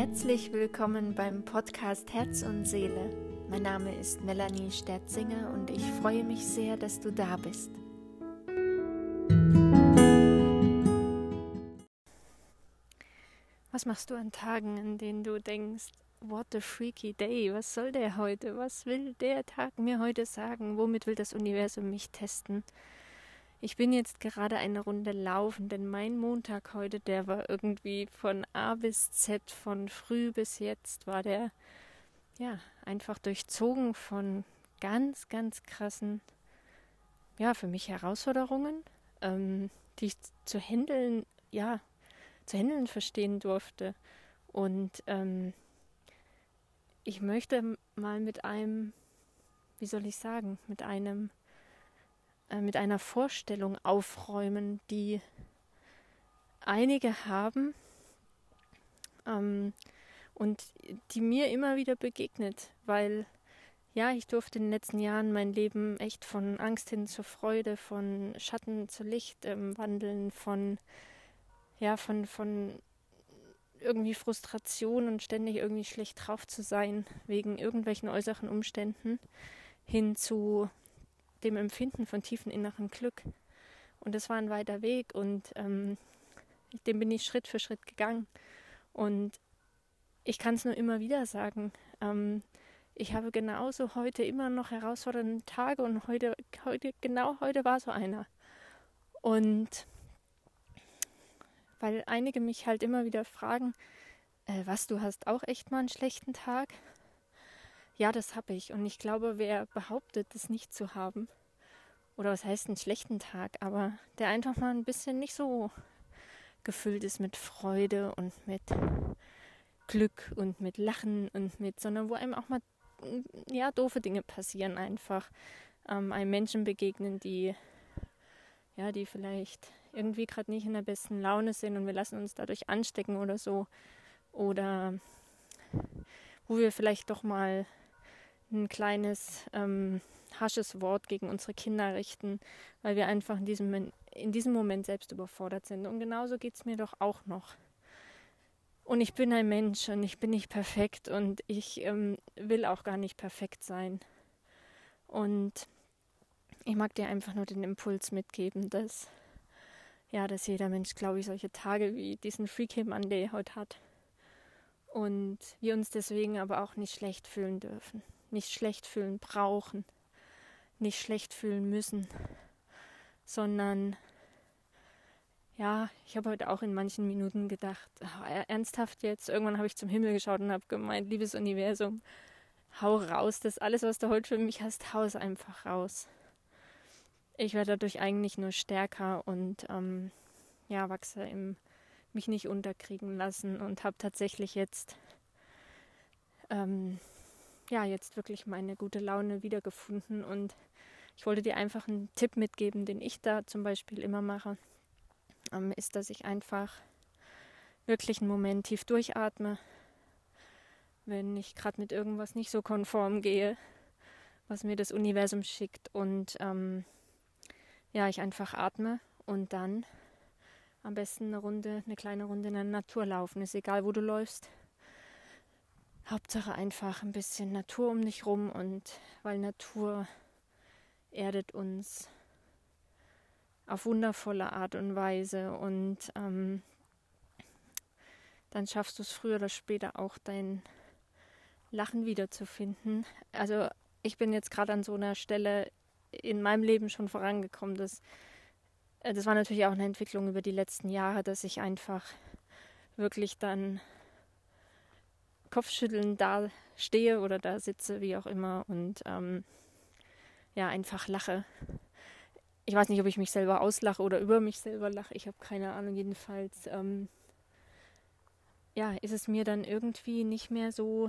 Herzlich willkommen beim Podcast Herz und Seele. Mein Name ist Melanie Sterzinger und ich freue mich sehr, dass du da bist. Was machst du an Tagen, an denen du denkst, what a freaky day, was soll der heute, was will der Tag mir heute sagen, womit will das Universum mich testen? Ich bin jetzt gerade eine Runde laufen, denn mein Montag heute, der war irgendwie von A bis Z, von früh bis jetzt, war der einfach durchzogen von ganz, ganz krassen, für mich Herausforderungen, die ich zu handeln verstehen durfte. Und ich möchte mal mit einer Vorstellung aufräumen, die einige haben und die mir immer wieder begegnet, weil ich durfte in den letzten Jahren mein Leben echt von Angst hin zur Freude, von Schatten zu Licht wandeln, von irgendwie Frustration und ständig irgendwie schlecht drauf zu sein wegen irgendwelchen äußeren Umständen hin zu dem Empfinden von tiefem inneren Glück. Und das war ein weiter Weg und den bin ich Schritt für Schritt gegangen. Und ich kann es nur immer wieder sagen, ich habe genauso heute immer noch herausfordernde Tage und heute war so einer. Und weil einige mich halt immer wieder fragen, du hast auch echt mal einen schlechten Tag? Ja, das habe ich. Und ich glaube, wer behauptet, das nicht zu haben, oder was heißt einen schlechten Tag, aber der einfach mal ein bisschen nicht so gefüllt ist mit Freude und mit Glück und mit Lachen sondern wo einem auch mal doofe Dinge passieren einfach. Einem Menschen begegnen, die vielleicht irgendwie gerade nicht in der besten Laune sind und wir lassen uns dadurch anstecken oder so. Oder wo wir vielleicht doch mal ein kleines harsches Wort gegen unsere Kinder richten, weil wir einfach in diesem Moment selbst überfordert sind. Und genauso geht es mir doch auch noch. Und ich bin ein Mensch und ich bin nicht perfekt und ich will auch gar nicht perfekt sein. Und ich mag dir einfach nur den Impuls mitgeben, dass jeder Mensch, glaube ich, solche Tage wie diesen Freaky Monday heute hat. Und wir uns deswegen aber auch nicht schlecht fühlen dürfen. Nicht schlecht fühlen brauchen. Nicht schlecht fühlen müssen. Sondern, ich habe heute auch in manchen Minuten gedacht, ernsthaft jetzt? Irgendwann habe ich zum Himmel geschaut und habe gemeint, liebes Universum, hau raus, das alles, was du heute für mich hast, hau es einfach raus. Ich werde dadurch eigentlich nur stärker und wachse im mich nicht unterkriegen lassen und habe tatsächlich jetzt wirklich meine gute Laune wiedergefunden. Und ich wollte dir einfach einen Tipp mitgeben, den ich da zum Beispiel immer mache, ist, dass ich einfach wirklich einen Moment tief durchatme, wenn ich gerade mit irgendwas nicht so konform gehe, was mir das Universum schickt und ich einfach atme und dann am besten eine kleine Runde in der Natur laufen. Ist egal, wo du läufst. Hauptsache einfach ein bisschen Natur um dich rum, und weil Natur erdet uns auf wundervolle Art und Weise und dann schaffst du es früher oder später auch, dein Lachen wiederzufinden. Also ich bin jetzt gerade an so einer Stelle in meinem Leben schon vorangekommen, das war natürlich auch eine Entwicklung über die letzten Jahre, dass ich einfach wirklich dann kopfschüttelnd da stehe oder da sitze, wie auch immer, und einfach lache. Ich weiß nicht, ob ich mich selber auslache oder über mich selber lache, ich habe keine Ahnung. Jedenfalls ist es mir dann irgendwie nicht mehr so,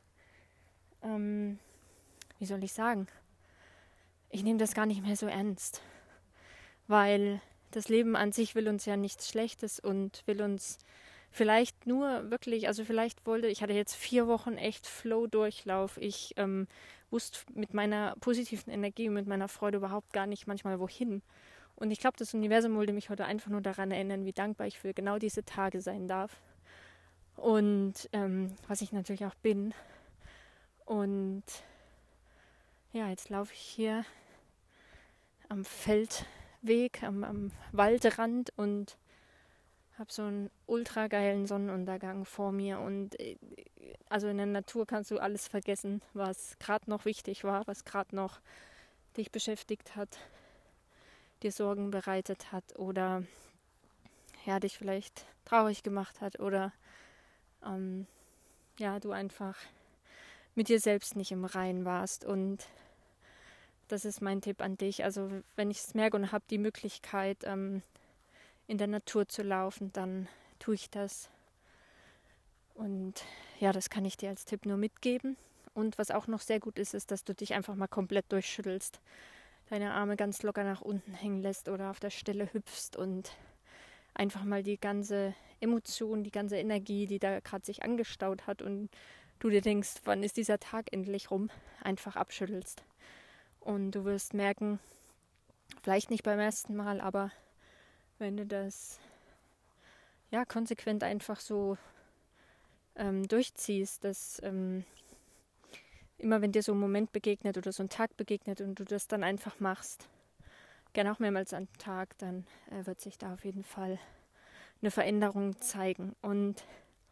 wie soll ich sagen, ich nehme das gar nicht mehr so ernst. Weil das Leben an sich will uns ja nichts Schlechtes und will uns vielleicht nur wirklich, ich hatte jetzt 4 Wochen echt Flow-Durchlauf. Ich wusste mit meiner positiven Energie und mit meiner Freude überhaupt gar nicht manchmal wohin. Und ich glaube, das Universum wollte mich heute einfach nur daran erinnern, wie dankbar ich für genau diese Tage sein darf. Und was ich natürlich auch bin. Und ja, jetzt laufe ich hier am Feldweg, am Waldrand und habe so einen ultra geilen Sonnenuntergang vor mir. Und also in der Natur kannst du alles vergessen, was gerade noch wichtig war, was gerade noch dich beschäftigt hat, dir Sorgen bereitet hat oder ja, dich vielleicht traurig gemacht hat oder ja, du einfach mit dir selbst nicht im Reinen warst. Und das ist mein Tipp an dich. Also wenn ich es merke und habe die Möglichkeit, in der Natur zu laufen, dann tue ich das. Und ja, das kann ich dir als Tipp nur mitgeben. Und was auch noch sehr gut ist, ist, dass du dich einfach mal komplett durchschüttelst. Deine Arme ganz locker nach unten hängen lässt oder auf der Stelle hüpfst und einfach mal die ganze Emotion, die ganze Energie, die da gerade sich angestaut hat und du dir denkst, wann ist dieser Tag endlich rum, einfach abschüttelst. Und du wirst merken, vielleicht nicht beim ersten Mal, aber wenn du das ja konsequent einfach so durchziehst, dass immer wenn dir so ein Moment begegnet oder so ein Tag begegnet und du das dann einfach machst, gerne auch mehrmals am Tag, dann wird sich da auf jeden Fall eine Veränderung zeigen. Und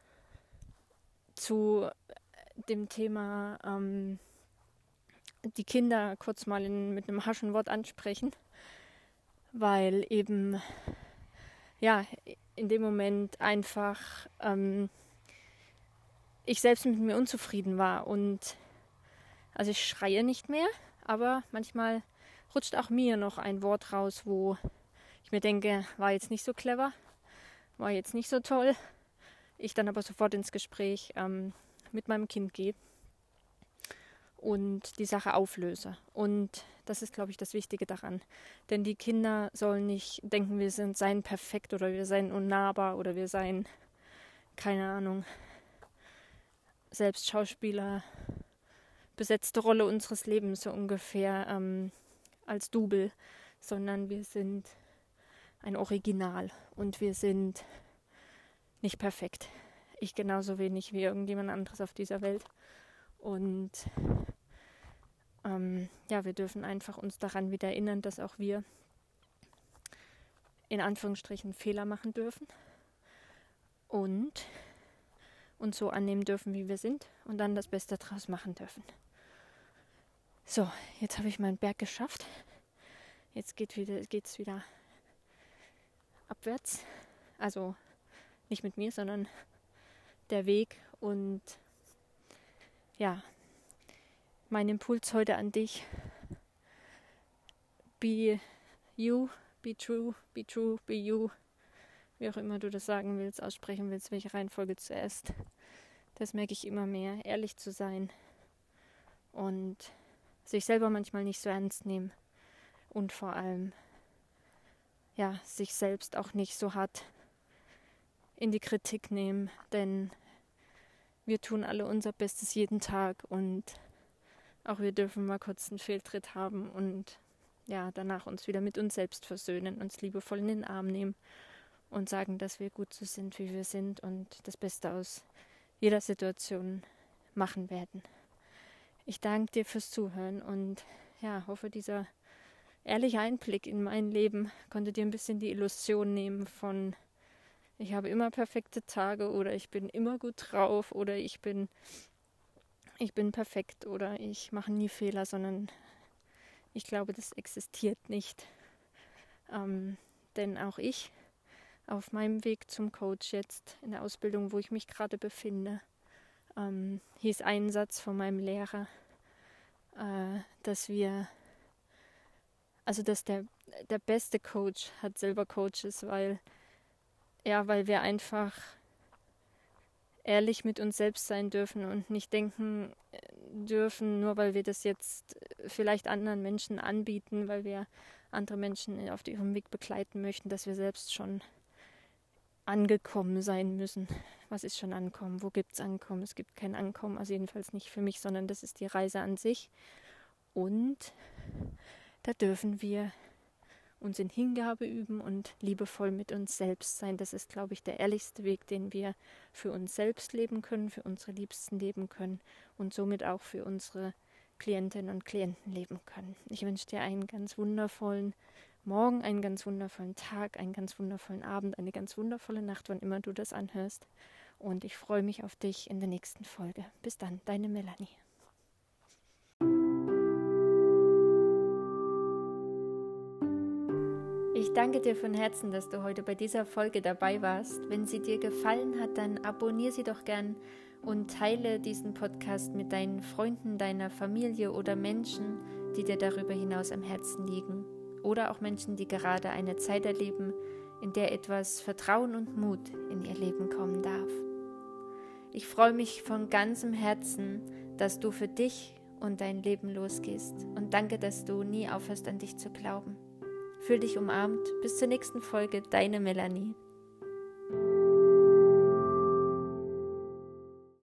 zu dem Thema die Kinder kurz mal mit einem harschen Wort ansprechen, weil eben ja in dem Moment einfach ich selbst mit mir unzufrieden war und also ich schreie nicht mehr, aber manchmal rutscht auch mir noch ein Wort raus, wo ich mir denke, war jetzt nicht so clever, war jetzt nicht so toll. Ich dann aber sofort ins Gespräch mit meinem Kind gehe und die Sache auflöse. Und das ist, glaube ich, das Wichtige daran. Denn die Kinder sollen nicht denken, seien perfekt oder wir seien unnahbar oder wir seien, keine Ahnung, selbst Schauspieler, besetzte Rolle unseres Lebens so ungefähr als Double, sondern wir sind ein Original und wir sind nicht perfekt. Ich genauso wenig wie irgendjemand anderes auf dieser Welt. Und ja, wir dürfen einfach uns daran wieder erinnern, dass auch wir in Anführungsstrichen Fehler machen dürfen und uns so annehmen dürfen, wie wir sind und dann das Beste draus machen dürfen. So, jetzt habe ich meinen Berg geschafft. Jetzt geht's wieder abwärts. Also nicht mit mir, sondern der Weg. Und ja, mein Impuls heute an dich. Be you, be true, be you. Wie auch immer du das sagen willst, aussprechen willst, welche Reihenfolge zuerst. Das merke ich immer mehr, ehrlich zu sein und sich selber manchmal nicht so ernst nehmen und vor allem ja, sich selbst auch nicht so hart in die Kritik nehmen, denn wir tun alle unser Bestes jeden Tag und auch wir dürfen mal kurz einen Fehltritt haben und ja, danach uns wieder mit uns selbst versöhnen, uns liebevoll in den Arm nehmen und sagen, dass wir gut so sind, wie wir sind und das Beste aus jeder Situation machen werden. Ich danke dir fürs Zuhören und ja, hoffe, dieser ehrliche Einblick in mein Leben konnte dir ein bisschen die Illusion nehmen von ich habe immer perfekte Tage oder ich bin immer gut drauf oder ich bin perfekt oder ich mache nie Fehler, sondern ich glaube, das existiert nicht. Denn auch ich auf meinem Weg zum Coach jetzt in der Ausbildung, wo ich mich gerade befinde, hieß ein Satz von meinem Lehrer, dass der beste Coach hat selber Coaches, weil wir einfach ehrlich mit uns selbst sein dürfen und nicht denken dürfen, nur weil wir das jetzt vielleicht anderen Menschen anbieten, weil wir andere Menschen auf ihrem Weg begleiten möchten, dass wir selbst schon angekommen sein müssen. Was ist schon Ankommen? Wo gibt es Ankommen? Es gibt kein Ankommen, also jedenfalls nicht für mich, sondern das ist die Reise an sich. Und da dürfen wir uns in Hingabe üben und liebevoll mit uns selbst sein. Das ist, glaube ich, der ehrlichste Weg, den wir für uns selbst leben können, für unsere Liebsten leben können und somit auch für unsere Klientinnen und Klienten leben können. Ich wünsche dir einen ganz wundervollen Morgen, einen ganz wundervollen Tag, einen ganz wundervollen Abend, eine ganz wundervolle Nacht, wann immer du das anhörst. Und ich freue mich auf dich in der nächsten Folge. Bis dann, deine Melanie. Ich danke dir von Herzen, dass du heute bei dieser Folge dabei warst. Wenn sie dir gefallen hat, dann abonniere sie doch gern und teile diesen Podcast mit deinen Freunden, deiner Familie oder Menschen, die dir darüber hinaus am Herzen liegen. Oder auch Menschen, die gerade eine Zeit erleben, in der etwas Vertrauen und Mut in ihr Leben kommen darf. Ich freue mich von ganzem Herzen, dass du für dich und dein Leben losgehst und danke, dass du nie aufhörst, an dich zu glauben. Fühl dich umarmt. Bis zur nächsten Folge, deine Melanie.